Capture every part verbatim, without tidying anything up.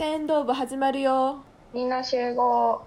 剣道部始まるよ。 みんな集合。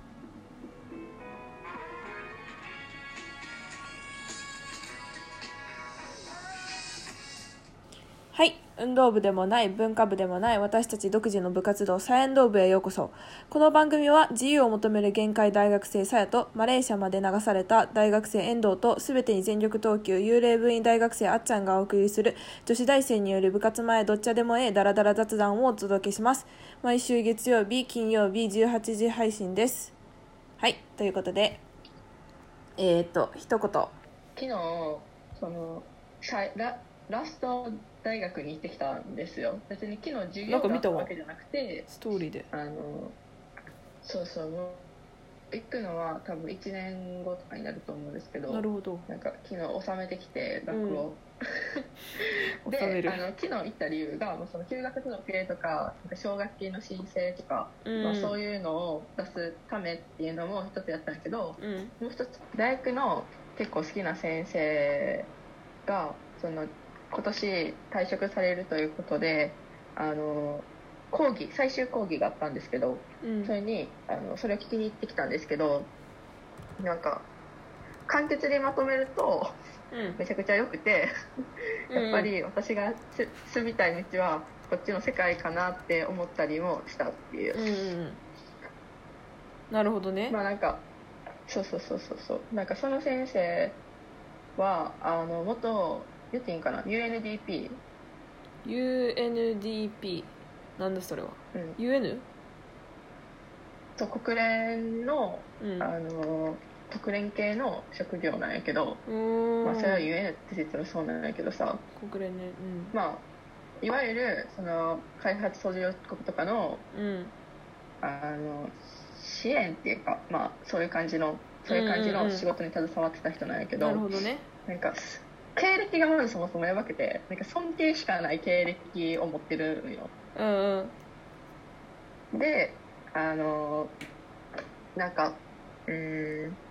はい、運動部でもない文化部でもない私たち独自の部活動サヤン道部へようこそ。この番組は自由を求める限界大学生さやとマレーシアまで流された大学生遠藤と全てに全力投球幽霊部員大学生あっちゃんがお送りする女子大生による部活前どっちゃでもええダラダラ雑談をお届けします。毎週月曜日金曜日じゅうはちじ配信です。はい、ということでえー、っと一言。 昨日そのララスト大学に行ってきたんですよ。別に昨日授業があったわけじゃなくて、 ストーリーであのそうそうもう行くのは多分いちねんごとかになると思うんですけど、 なるほど。 なんか昨日収めてきて学を、うん、であの昨日行った理由がもうその休学届とか奨学金の申請とか、うんまあ、そういうのを出すためっていうのも一つやったんだけど、うん、もう一つ大学の結構好きな先生がその今年退職されるということであの講義最終講義があったんですけど、うん、それにあのそれを聞きに行ってきたんですけど、なんか簡潔にまとめると、うん、めちゃくちゃ良くてやっぱり私が住みたい道はこっちの世界かなって思ったりもしたっていう、うんうん、 なるほどね。 まあなんかそうそうそうそうそうなんかその先生はあの元言っていいんかな ユーエヌディーピーユーエヌディーピー なんだそれは、うん、ユーエヌ? と国連の、うん、あの国連系の職業なんやけど、まあ、それは ユーエヌ って実はそうなんやけどさ国連ね、 うん、まあいわゆるその開発途上国とかの、うん、あの支援っていうか、まあ、そういう感じのそういう感じの仕事に携わってた人なんやけど、 うんうんうん、なるほどね。 なんか経歴がまずそもそもやばくてなんか尊敬しかない経歴を持ってるのよ、うんうん、であのなんかうーん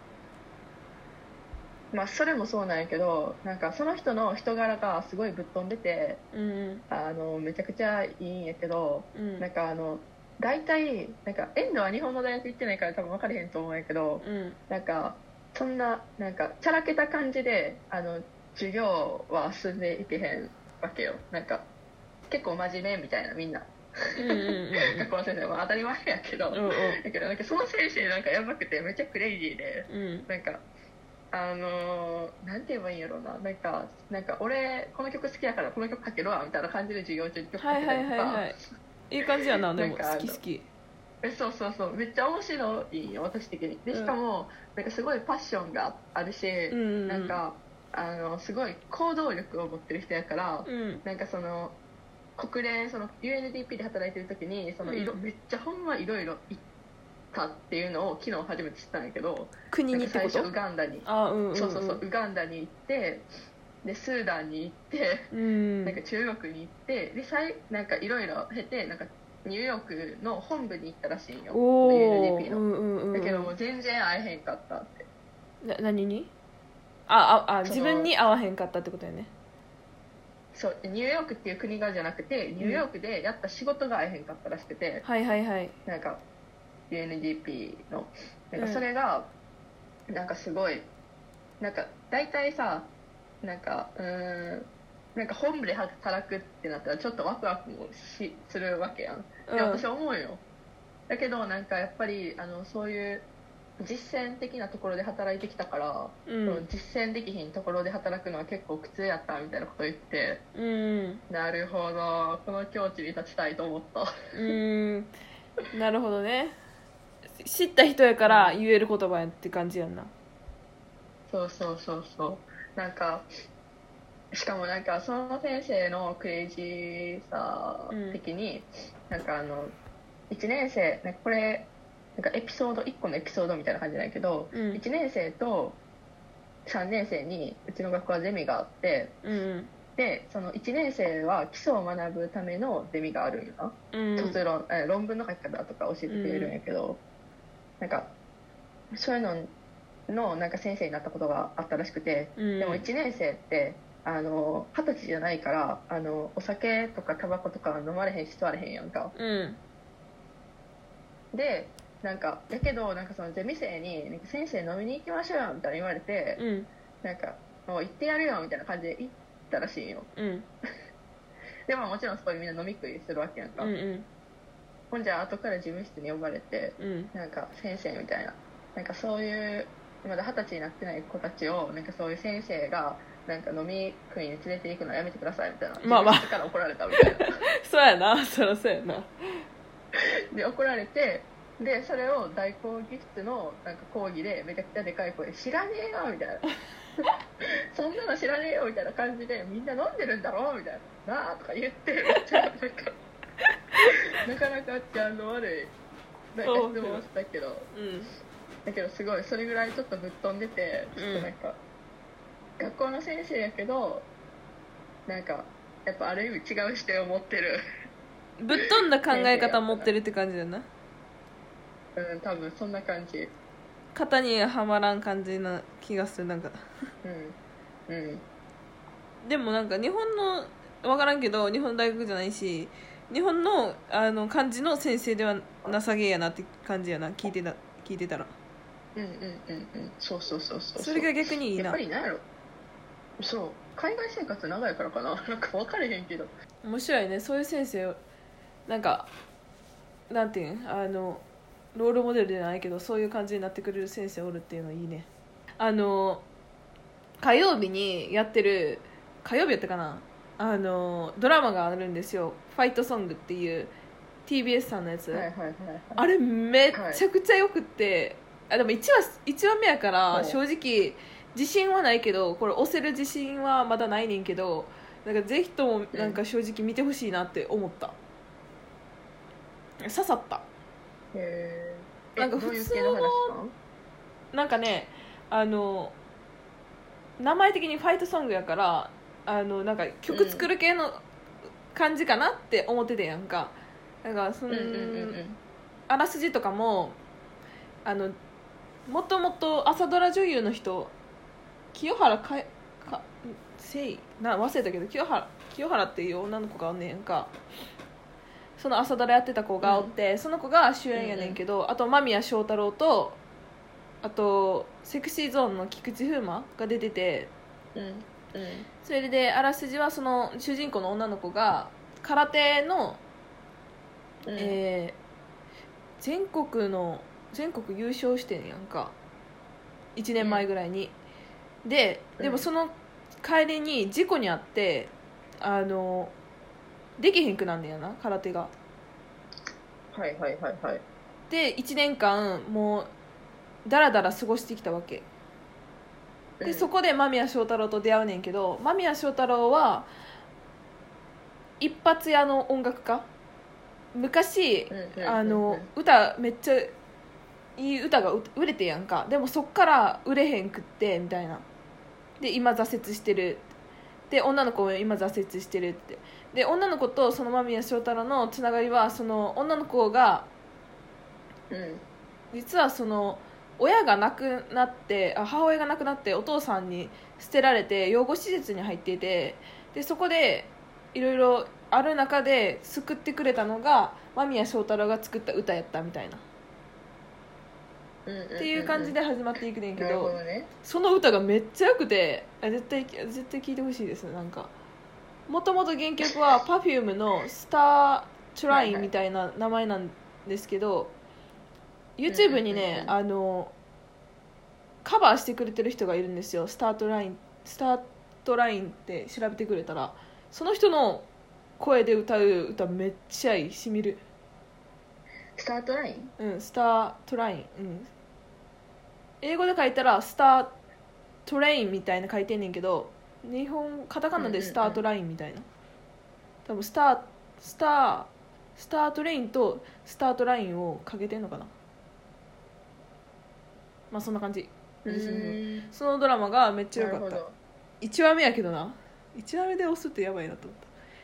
まあそれもそうなんやけどなんかその人の人柄がすごいぶっ飛んでて、うん、あのめちゃくちゃいいんやけど、うん、なんかあの大体なんか遠藤は日本の大学行ってないから多分分かれへんと思うんやけど、うん、なんかそんななんかチャラけた感じであの授業は進んでいけへんわけよ。なんか結構真面目みたいなみんな、うんうんうんうん、学校の先生は当たり前やけど、うんうん、だけどなんかその先生なんかやばくてめっちゃクレイジーで、うん、なんかあのー、なんて言えばいいんやろうななんかなんか俺この曲好きやからこの曲かけろわみたいな感じで授業中に曲かけたりとか、はいはいはいはい、 いい感じやな。でも好き好き。 えそうそうそうめっちゃ面白いよ私的にでしかも、うん、なんかすごいパッションがあるし、うんうんうん、なんかあのすごい行動力を持ってる人やから、うん、なんかその国連その ユーエヌディーピー で働いてる時にそのいろ、うん、めっちゃほんまいろいろ行ったっていうのを昨日初めて知ったんやけど、 国にってこと？ 最初ウガンダに、あ、うんうんうん、そうそうそうウガンダに行ってでスーダンに行って、うん、なんか中国に行ってでなんかいろいろ経てなんかニューヨークの本部に行ったらしいんよ ユーエヌディーピー の、うんうんうんうん、だけどもう全然会えへんかったってな何にあああ自分に会わへんかったってことやね。 そうニューヨークっていう国がじゃなくてニューヨークでやった仕事が会えへんかったらしくて、 うん、はいはいはいなんか ユーエヌディーピー のなんかそれが、うん、なんかすごいなんか大体さなんかうーんなんか本部で働くってなったらちょっとワクワクもしするわけやん。で私は思うよ、だけどなんかやっぱりあのそういう実践的なところで働いてきたから、うん、その実践できひんところで働くのは結構苦痛やったみたいなこと言って、うん、なるほどこの境地に立ちたいと思った。 うんなるほどね。知った人やから言える言葉やって感じやんな。 そうそうそうそうなんかしかもなんかその先生のクレイジーさ的に、うん、なんかあのいちねん生なんかこれなんかエピソードいっこのエピソードみたいな感じなんやけど、うん、いちねん生とさんねん生にうちの学校はゼミがあって、うん、でそのいちねん生は基礎を学ぶためのゼミがあるんよな、うん、卒論え論文の書き方とか教えてくれるんやけど、うん、なんかそういうののなんか先生になったことがあったらしくて、うん、でもいちねん生ってあの二十歳じゃないからあのお酒とかタバコとか飲まれへんし吸われへんやんか、うん、 でなんかだけどなんかそのゼミ生になんか先生飲みに行きましょうよみたいな言われて、 うん、 なんかもう行ってやるよみたいな感じで行ったらしいよ、 うん、 でももちろんそこでみんな飲み食いするわけやんか、 うん、うん、 ほんじゃ後から事務室に呼ばれて、 うん、 なんか先生みたいな、なんかそういうまだ二十歳になってない子たちをなんかそういう先生がなんか飲み食いに連れて行くのやめてくださいみたいな、 まあまあ事務室から怒られたみたいなそうやな、そりゃそうやな。 で怒られて、でそれを大講義室のなんか講義でめちゃくちゃでかい声で知らねえよみたいなそんなの知らねえよみたいな感じで、みんな飲んでるんだろみたいななあとか言ってめっちゃなんかなかなか治安の悪いなんか質問をしたけど、 うん、 だけどすごいそれぐらいちょっとぶっ飛んでて、ちょっとなんか、うん、学校の先生やけどなんかやっぱある意味違う視点を持ってるぶっ飛んだ考え方持ってるって感じだな。 うん多分そんな感じ、 型にはまらん感じな気がする。なんかうんうんでもなんか日本の分からんけど日本の大学じゃないし日本のあの感じの先生ではなさげやなって感じやな、聞いてた聞いてたら。 うんうんうんうんそうそうそうそう、 それが逆にいいな。 やっぱりなんやろ、そう海外生活長いからかななんか分かれへんけど面白いね、そういう先生なんかなんていうんあのロールモデルじゃないけどそういう感じになってくれる先生おるっていうのはいいね。あの火曜日にやってる火曜日やったかな、あのドラマがあるんですよ、ファイトソングっていう ティービーエス さんのやつ、 はいはいはいはい、 あれめっちゃくちゃよくって、はい、あでも 1, 話いちわめやから正直自信はないけど、これ押せる自信はまだないねんけど、なんかぜひともなんか正直見てほしいなって思った、うん、刺さった。 へー、 なんか普通のなんかね、あの名前的にファイトソングやからあのなんか曲作る系の感じかなって思っててやんか。だからその、うんうんうんうん、あらすじとかもあのもともと朝ドラ女優の人清原かかせいな忘れたけど清原清原っていう女の子がおんねんやんか。その朝ドラやってた子がおって、うん、その子が主演やねんけど、うんうん、あと間宮祥太朗とあとセクシーゾーンの菊池風磨が出てて、うんうん、それであらすじはその主人公の女の子が空手の、うんえー、全国の全国優勝してんやんかいちねんまえぐらいに、うん、ででもその帰りに事故に遭ってあのできへんくなんねやな空手が。 はいはいはいはい。 でいちねんかんもうだらだら過ごしてきたわけで、うん、そこで間宮祥太朗と出会うねんけど、間宮祥太朗は一発屋の音楽家、昔、うん、あの歌めっちゃいい歌が売れてやんか。でもそっから売れへんくってみたいなで今挫折してるで女の子も今挫折してるってで女の子とその間宮祥太朗のつながりはその女の子が、うん、実はその親が亡くなってあ母親が亡くなってお父さんに捨てられて養護施設に入っていてでそこでいろいろある中で救ってくれたのが間宮祥太朗が作った歌やったみたいな、うんうんうんうん、っていう感じで始まっていくねんけ ど, ど、ね、その歌がめっちゃ良くて絶対絶対聴いてほしいです。なんかもともと原曲は Perfume のスタートラインみたいな名前なんですけど、はいはい、YouTube にね、うんうんうん、あのカバーしてくれてる人がいるんですよ。スタートラインスタートラインって調べてくれたらその人の声で歌う歌めっちゃいいしみる。 スタートラインうんスタートライン、うん、英語で書いたらスタートレインみたいな書いてんねんけど日本カタカナでスタートラインみたいな、うんうんうん、多分スタースタースタートレインとスタートラインをかけてんのかな。まあそんな感じ。そのドラマがめっちゃ良かった。いちわめやけどないちわめで押すってやばいなと思った。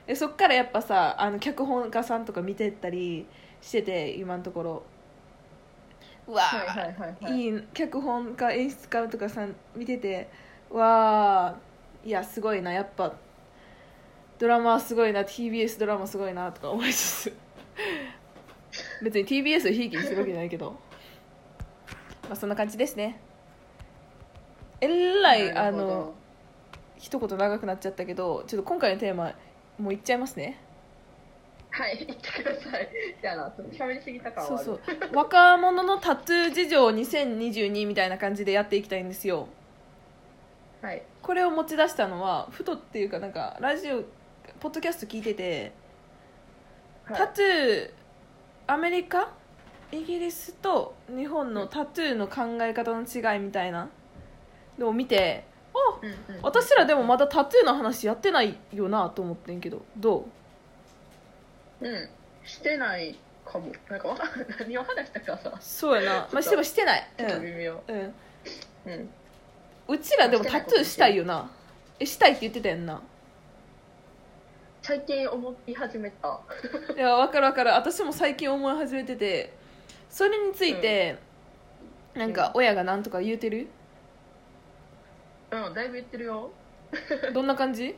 でそっからやっぱさあの脚本家さんとか見てったりしてて今のところうわー、はいはいはいはい、いい脚本家演出家とかさん見ててわーいやすごいなやっぱドラマすごいな ティービーエス ドラマすごいなとか思いつつ別に ティービーエス をひいきにしてるわけじゃないけどまあそんな感じですね。えらいあの一言長くなっちゃったけど、ちょっと今回のテーマもういっちゃいますね。 はい言ってください。じゃあなちょっと喋りすぎた感はある。 そうそう若者のタトゥー事情にせんにじゅうにみたいな感じでやっていきたいんですよ。 はい、 これを持ち出したのはふとっていうか、なんかラジオポッドキャスト聞いてて、 はい、 タトゥーアメリカイギリスと日本のタトゥーの考え方の違いみたいなのを見て、あ、 うんうん、 私らでもまだタトゥーの話やってないよなと思ってんけど、どううんしてないかも。なんかわかんない何を話したかさ。 そうやな、まあ、してもしてない、 ちょっと微妙。 うん、うんうん、 うちらでもタトゥーしたいよな。え、したいって言ってたやんな。 最近思い始めた。 いや分かる分かる、私も最近思い始めてて、それについて、うん、なんか親が何とか言うてる？ うんだいぶ言ってるよ。 どんな感じ？ い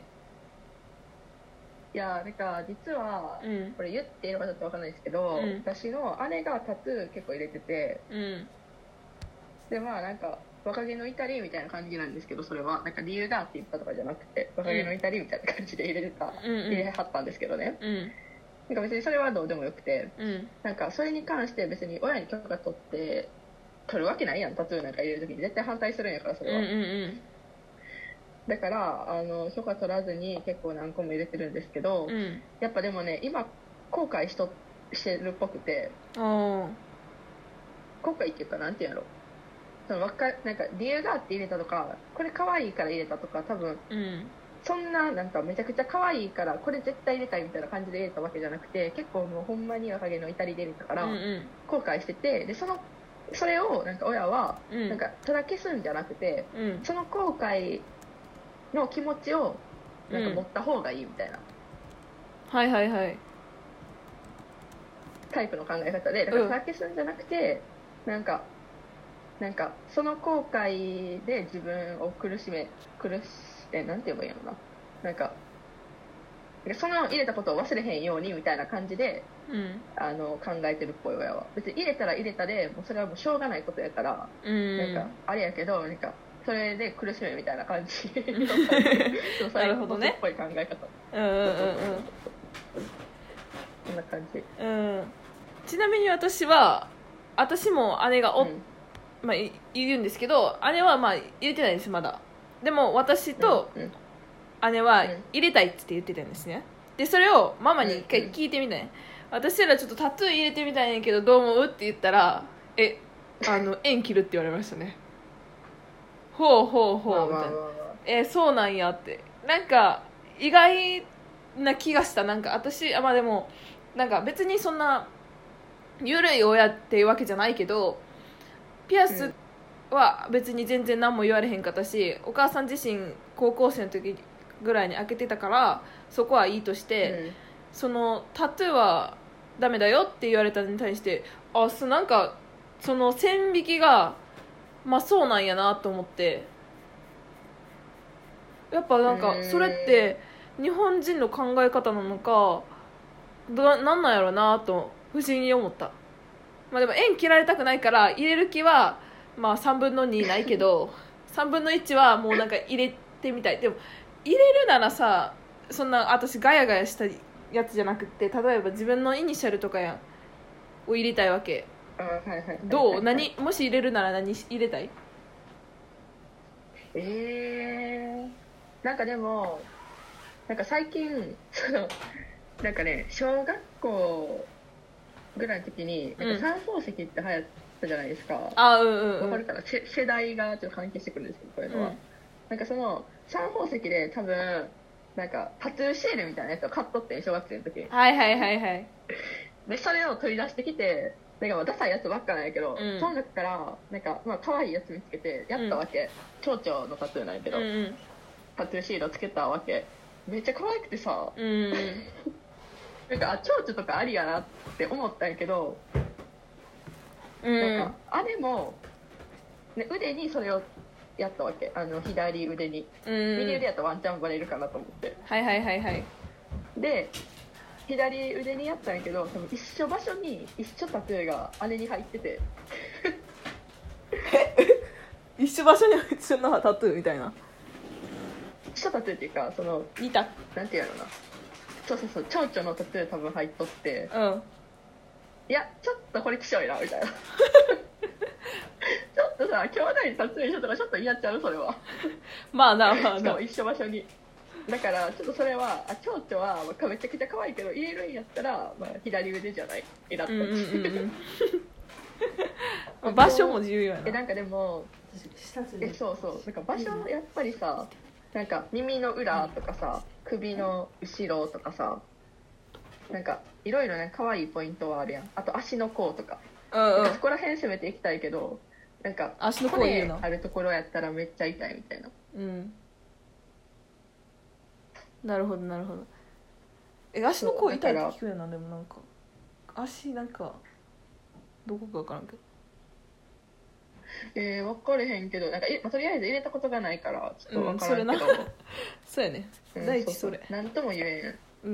やなんか実は、うん、これ言っていいのかちょっと分かんないですけど、うん、私の姉がタトゥー結構入れてて、うん、でまあなんか若気の至りみたいな感じなんですけど、それはなんか理由があって言ったとかじゃなくて、若気の至りみたいな感じで入れてた、うん、入れはったんですけどね、うん、なんか別にそれはどうでもよくて、うん、なんかそれに関して別に親に許可取って取るわけないやん。タトゥーなんか入れる時に絶対反対するんやから、それは、うんうんうん、だからあの許可取らずに結構何個も入れてるんですけど、うん、やっぱでもね今後悔しとしてるっぽくて、後悔っていうかなんていうんやろ、そのわかなんか理由があって入れたとか、これ可愛いから入れたとか、多分、うん、そんななんかめちゃくちゃ可愛いからこれ絶対入れたいみたいな感じで入れたわけじゃなくて、結構もうほんまに若気の至りで入れたから後悔してて、でそのそれをなんか親は、うん、なんかただ消すんじゃなくて、うん、その後悔の気持ちをなんか持った方がいいみたいな、 うん、はいはいはいタイプの考え方で、だからただ消すんじゃなくて、うん、なんかなんかその後悔で自分を苦しめ苦しえなんて言えばいいのかな、なんかその入れたことを忘れへんようにみたいな感じで、うん、あの考えてるっぽい。親は別に入れたら入れたでもうそれはもうしょうがないことやから、うん、なんかあれやけどなんかそれで苦しめみたいな感じのなるほどね、 っぽい考え方。 うんうんうんうんそんな感じ、 うん、ちなみに私は私も姉がお、うんまあ、言うんですけど、姉はまあ入れてないんですまだ。でも私と姉は入れたいって言ってたんですね。でそれをママに一回聞いてみたい、私らちょっとタトゥー入れてみたいんやけどどう思うって言ったら、えあの縁切るって言われましたね。ほうほうほうみたいな、えそうなんやって、なんか意外な気がした。なんか私あまあでもなんか別にそんな緩い親っていうわけじゃないけど、ピアスは別に全然何も言われへんかったし、お母さん自身高校生の時ぐらいに開けてたからそこはいいとして、うん、そのタトゥーはダメだよって言われたのに対して、あそうなんかその線引きがまあそうなんやなと思って、やっぱなんかそれって日本人の考え方なのかどなんなんやろなと不思議に思った。まあでも縁切られたくないから入れる気はまあさんぶんのにないけどさんぶんのいちはもうなんか入れてみたい。でも入れるならさ、そんな私ガヤガヤしたやつじゃなくて、例えば自分のイニシャルとかやを入れたいわけ。どう？何もし入れるなら何入れたい？ えー、なんかでもなんか最近そのなんかね小学校ぐらいの時になんか三宝石って流行ったじゃないですか、うん、 あ、うんうんうん、 分かるかな、世代がちょっと関係してくるんですけどこういうのは、うん、なんかその三宝石で多分なんかタトゥーシールみたいなやつを買っとって小学生の時に、 はいはいはいはい、 でそれを取り出してきて、なんかまあダサいやつばっかなんやけど、うん、その中からなんかまあ可愛いやつ見つけてやったわけ、うん、蝶々のタトゥーなんやけど、うんうん、タトゥーシールをつけたわけ。めっちゃ可愛くてさ、うん、なんかあ蝶々とかありやなって思ったんやけど、うん、なんかあれも、ね、腕にそれをやったわけ、あの左腕に、うん、右腕やったらワンチャンバレるかなと思って、 はいはいはいはい、 で左腕にやったんやけど、多分一緒場所に一緒タトゥーが姉に入ってて一緒場所に一緒のタトゥーみたいな。 一緒タトゥーっていうか、その似た、 なんていうのな、そうそうそう、蝶々のタトゥー多分入っとって、 うん、 いやちょっとこれきしょいなみたいなちょっとさ、兄弟にタトゥー一緒とかちょっと嫌っちゃう、それは。 まあな、まあな。 しかも一緒場所に。だからちょっとそれは、あ、蝶々はめちゃくちゃ可愛いけど入れるんやったら、まあ、左腕じゃないだった、うんうんうんうん、場所も重要やな。 えなんかでもえそうそう、なんか場所やっぱりさ、なんか耳の裏とかさ、首の後ろとかさ、なんかいろいろね可愛いポイントはあるやん。あと足の甲とか、うんうん、そこら辺攻めていきたいけど、なんか足の甲いいな、 骨あるところやったらめっちゃ痛いみたいな。 うん、なるほどなるほど。え、足の甲痛いって聞くよな。でもなんか足なんかどこか分からんけど、 えー、分かれへんけど、なんかえ、まあ、とりあえず入れたことがないからちょっと分からんけど、うん、 それなそうやね、 うん、 第一それなんとも言えん、うん、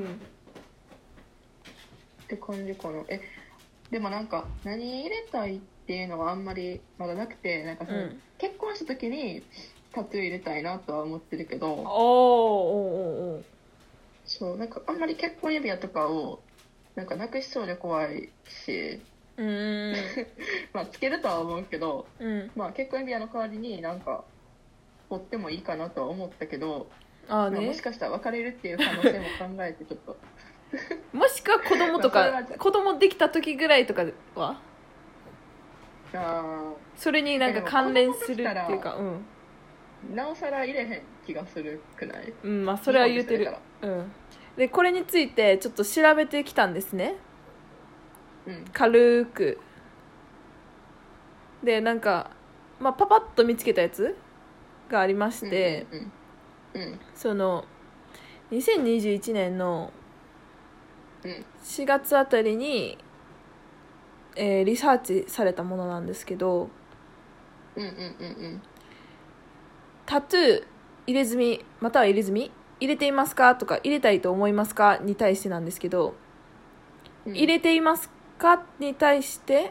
って感じかな。えでもなんか何入れたいっていうのはあんまりまだなくて、なんかその、うん、結婚した時にタトゥー入れたいなとは思ってるけど、おーおーおー、そう、なんかあんまり結婚指輪とかをなんかなくしそうで怖いし、うーんまあつけるとは思うけど、うん、まあ結婚指輪の代わりになんか彫ってもいいかなとは思ったけど、あ、ね、まあ、もしかしたら別れるっていう可能性も考えてちょっともしくは子供とか子供できた時ぐらいとかは、あ、それになんか関連するっていうか、うん、 なおさら入れへん気がするくない？ うん、まあそれは言うてる。うん。でこれについてちょっと調べてきたんですね。うん、軽く。でなんかまあパパッと見つけたやつがありまして、うんうんうんうん、そのにせんにじゅういちねんのしがつあたりに、えー、リサーチされたものなんですけど、うんうんうんうん、タトゥー入れ墨または入れ墨入れていますかとか入れたいと思いますかに対してなんですけど、うん、入れていますかに対して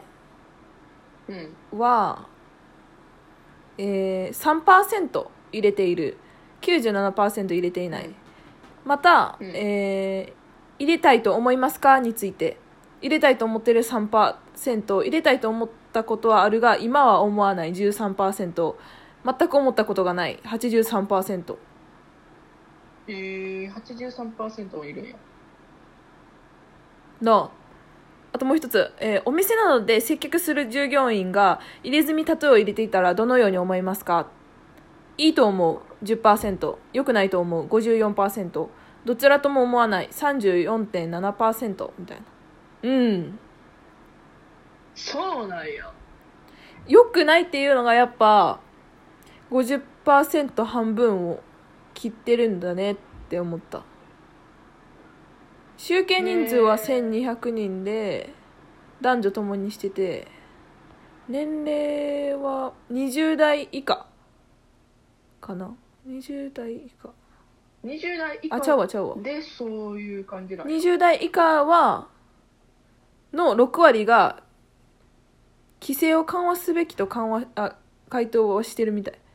は、うん、えー、さんパーセント 入れている、きゅうじゅうななパーセント 入れていない、うん、また、うん、えー、入れたいと思いますかについて入れたいと思っている さんパーセント、 入れたいと思ったことはあるが今は思わない じゅうさんパーセント、 全く思ったことがない はちじゅうさんパーセント。 えー、はちじゅうさんパーセント もいるんやな。あともう一つ、えー、お店などで接客する従業員が入れ墨タトゥーを入れていたらどのように思いますか？いいと思う じゅっパーセント、 良くないと思う ごじゅうよんパーセント、 どちらとも思わない さんじゅうよんてんななパーセント みたいな。うん、 そうなんや。 良くないっていうのがやっぱ ごじゅっパーセント 半分を切ってるんだねって思った。集計人数はせんにひゃくにんで男女ともにしてて、年齢はにじゅう代以下かな。にじゅう代以下、 にじゅう代以下あ、ちゃうわちゃうわでそういう感じだ。 にじゅう代以下はのろく割が規制を緩和すべきと緩和あ回答をしてるみたい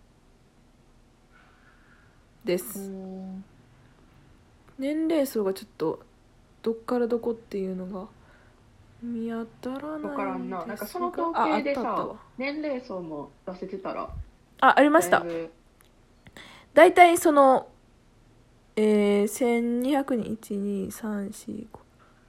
です。年齢層がちょっとどっからどこっていうのが見当たらないんですが、 分からんな。なんかその統計でさ、年齢層も出せてたら。 あ、ありました。だいたいその、えー、せんにひゃくにん、いち、に、さん、よん、ご、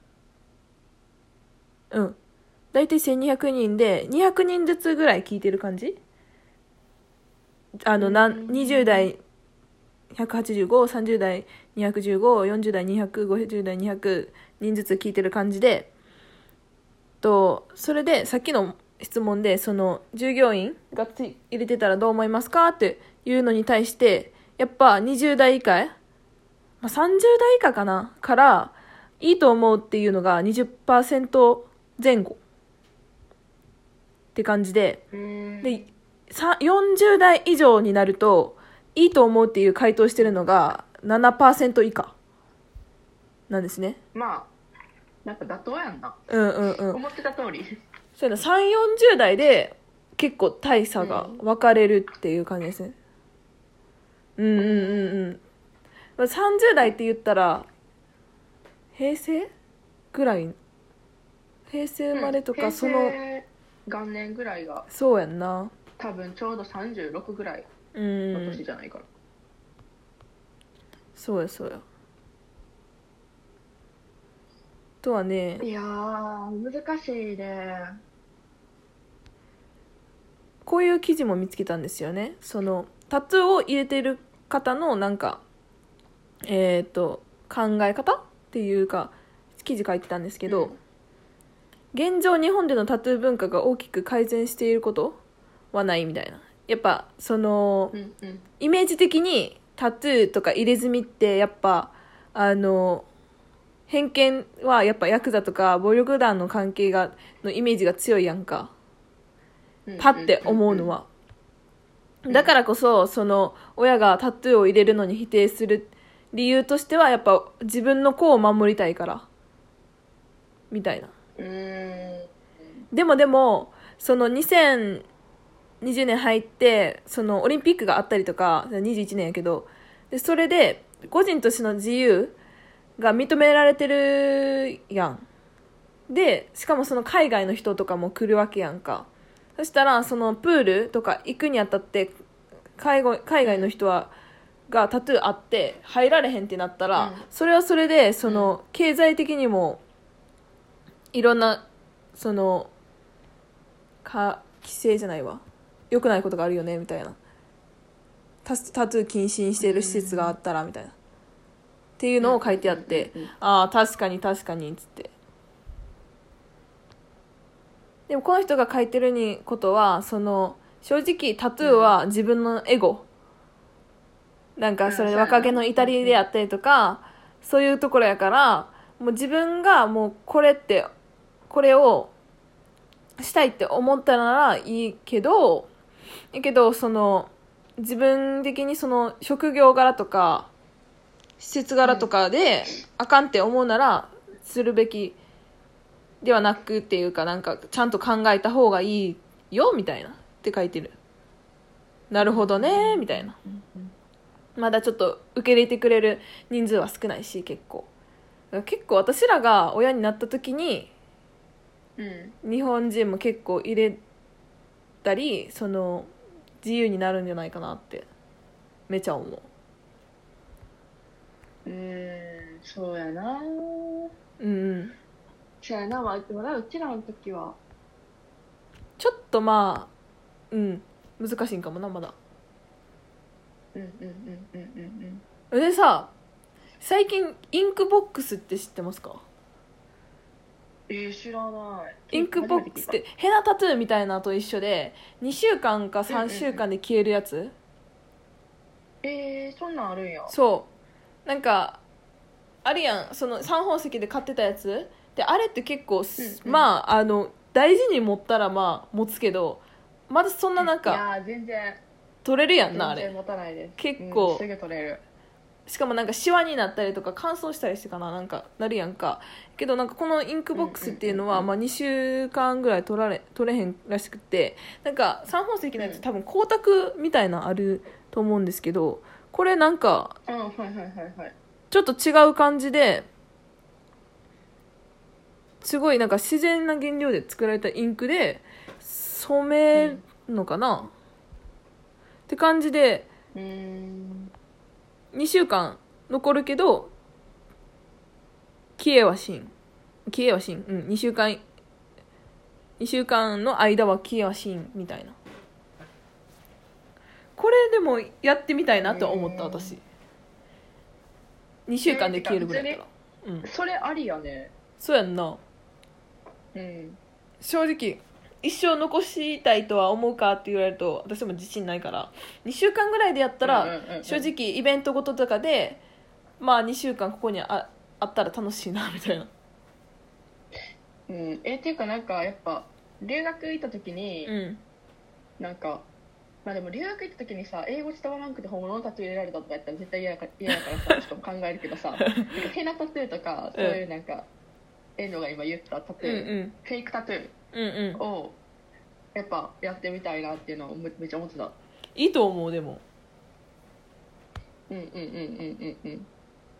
うん、だいたいせんにひゃくにんでにひゃくにんずつぐらい聞いてる感じ。あのなんにじゅう代ひゃくはちじゅうご、さんじゅう代にひゃくじゅうご、よんじゅう代にひゃく、ごじゅう代にひゃくにんずつ聞いてる感じで、とそれでさっきの質問でその従業員が入れてたらどう思いますかっていうのに対してやっぱにじゅう代以下、まあ、さんじゅう代以下かなからいいと思うっていうのが にじゅっパーセント 前後って感じで、でよんじゅう代以上になるといいと思うっていう回答してるのが ななパーセント 以下なんですね。 まあなんか妥当やんな。 うんうんうん。 思ってた通り。 そうやな、さんじゅう、よんじゅう代で結構大差が分かれるっていう感じですね。うんうんうんうんまあ。さんじゅう代って言ったら平成ぐらい、平成生まれとか、 うん、 その元年ぐらいがそうやんな、 多分ちょうどさんじゅうろくぐらいうんの年じゃないかな。 そうやそうや。とはね、 いやー難しいね。 こういう記事も見つけたんですよね。そのタトゥーを入れてる方のなんかえっ、ー、と考え方っていうか記事書いてたんですけど、うん、現状日本でのタトゥー文化が大きく改善していることはないみたいな。やっぱその、うんうん、イメージ的にタトゥーとか入れ墨ってやっぱあの偏見はやっぱヤクザとか暴力団の関係がのイメージが強いやんか、パッて思うのは。だからこそその親がタトゥーを入れるのに否定する理由としてはやっぱ自分の子を守りたいからみたいな。うーんでもでもそのにせんにじゅうねん入ってそのオリンピックがあったりとかにじゅういちねんやけど、でそれで個人としての自由が認められてるやん。でしかもその海外の人とかも来るわけやんか。そしたらそのプールとか行くにあたって海外海外の人はがタトゥーあって入られへんってなったら、うん、それはそれでその経済的にもいろんなそのか規制じゃないわ良くないことがあるよねみたいな。 タ, タトゥー禁止にしている施設があったらみたいな、っていうのを書いてあって、ああ確かに確かにっつって。でもこの人が書いてるにことはその正直タトゥーは自分のエゴ、うん、なんかそれ若気の至りであったりとか、そういうところやから、もう自分がもうこれってこれをしたいって思ったならいいけど、いいけどその自分的にその職業柄とか施設柄とかであかんって思うならするべきではなくっていうか、なんかちゃんと考えた方がいいよみたいなって書いてる。なるほどねみたいな。まだちょっと受け入れてくれる人数は少ないし、結構結構私らが親になった時に、うん、日本人も結構入れたりその自由になるんじゃないかなってめちゃ思う。 うーんそうやな。 うんうんそうやな。まあでもな、うちらの時はちょっとまあうん難しいんかもなまだ。 うんうんうんうんうんうん。でさ、最近インクボックスって知ってますか？ えー、知らない。 インクボックスってヘナタトゥーみたいなのと一緒でにしゅうかんかさんしゅうかんで消えるやつ、うんうんうん、 えー、そんなんあるんや。 そうなんかあるやん、そのサン宝石で買ってたやつで、あれって結構、うんうん、まああの大事に持ったらまあ持つけど、まだそんななんかいや全然取れるやんなあれ。 全然持たないです。 結構、 うん、すぐ取れる。 しかもなんかシワになったりとか乾燥したりしてかな、なんかなるやんか。けどなんかこのインクボックスっていうのは、まあにしゅうかんぐらい取られ取れへんらしくて、なんかサン宝石のやつ多分光沢みたいなあると思うんですけど、これなんかちょっと違う感じで、すごいなんか自然な原料で作られたインクで染めるのかな、うん、って感じでうーんにしゅうかん残るけど消えはしん消えはしんうんにしゅうかんにしゅうかんの間は消えはしんみたいな。これでもやってみたいなと思った私。にしゅうかんで消えるぐらいだったら、うん、 それありやね。 そうやんな。うん、正直一生残したいとは思うかって言われると私も自信ないから、にしゅうかんぐらいでやったら、うんうんうんうん、正直イベントごととかでまあにしゅうかんここに あ, あったら楽しいなみたいな。 うん、えっていうかなんかやっぱ留学行った時に、うん、なんかまあでも留学行った時にさ、英語伝わらんくて本物のタトゥー入れられたとかやったら絶対嫌やか嫌やからさ、ちょっと考えるけどさ、なんかヘナタトゥーとかそういうなんか、エンドが今言ったタトゥー、 うんうん、 フェイクタトゥーをやっぱやってみたいなっていうのをめめっちゃ思ってた。 いいと思う。でもうんうんうんうんうんうん。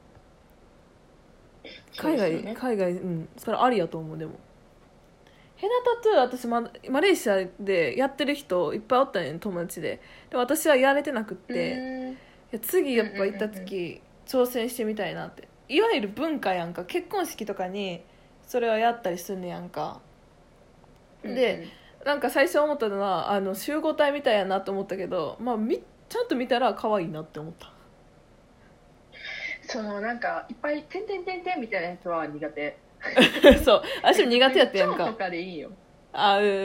海外、ね、海外、うん、それありやと思う。でもヘナタトゥー私 マ, マレーシアでやってる人いっぱいおったね、友達で。で私はやれてなくって、いや次やっぱ行った時挑戦してみたいなって。いわゆる文化やんか、結婚式とかにそれはやったりすんねやんか。でなんか最初思ったのはあの集合体みたいやなと思ったけど、まあ、みちゃんと見たら可愛いなって思った。 そのなんかいっぱい点々点々みたいなやつは苦手。 そう、私も苦手やったやんか。 蝶とかでいいよ。 あ、うんうん。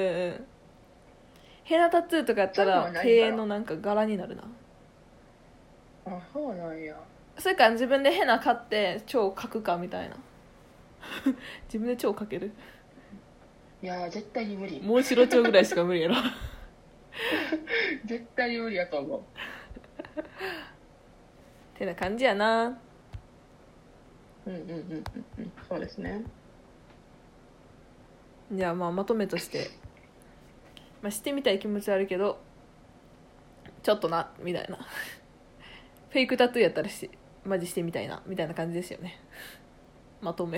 ヘナタトゥーとかやったら庭園のなんか柄になるな。 あ、そうなんや。 それから自分でヘナ買って蝶を描くかみたいな。自分で蝶を描ける？ いや絶対に無理。 モンシロチョウぐらいしか無理やろ。 絶対に無理やと思う。 てな感じやな。 うんうんうんうんうん、そうですね。 じゃあまあまとめとして、まあ、してみたい気持ちはあるけどちょっとなみたいな。フェイクタトゥーやったらしマジしてみたいなみたいな感じですよね。まとめ。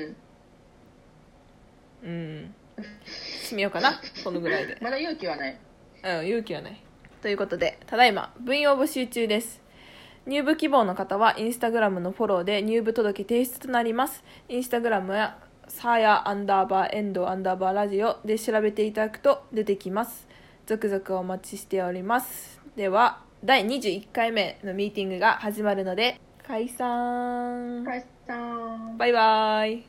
うん、うん、締めようかな、このぐらいで。 まだ勇気はない。 うん、勇気はない。ということで、ただいま部員を募集中です。入部希望の方はインスタグラムのフォローで入部届提出となります。インスタグラムやサヤアンダーバーエンドアンダーバーラジオで調べていただくと出てきます。続々お待ちしております。ではだいにじゅういっかいめのミーティングが始まるので解散。 解散。 バイバイ。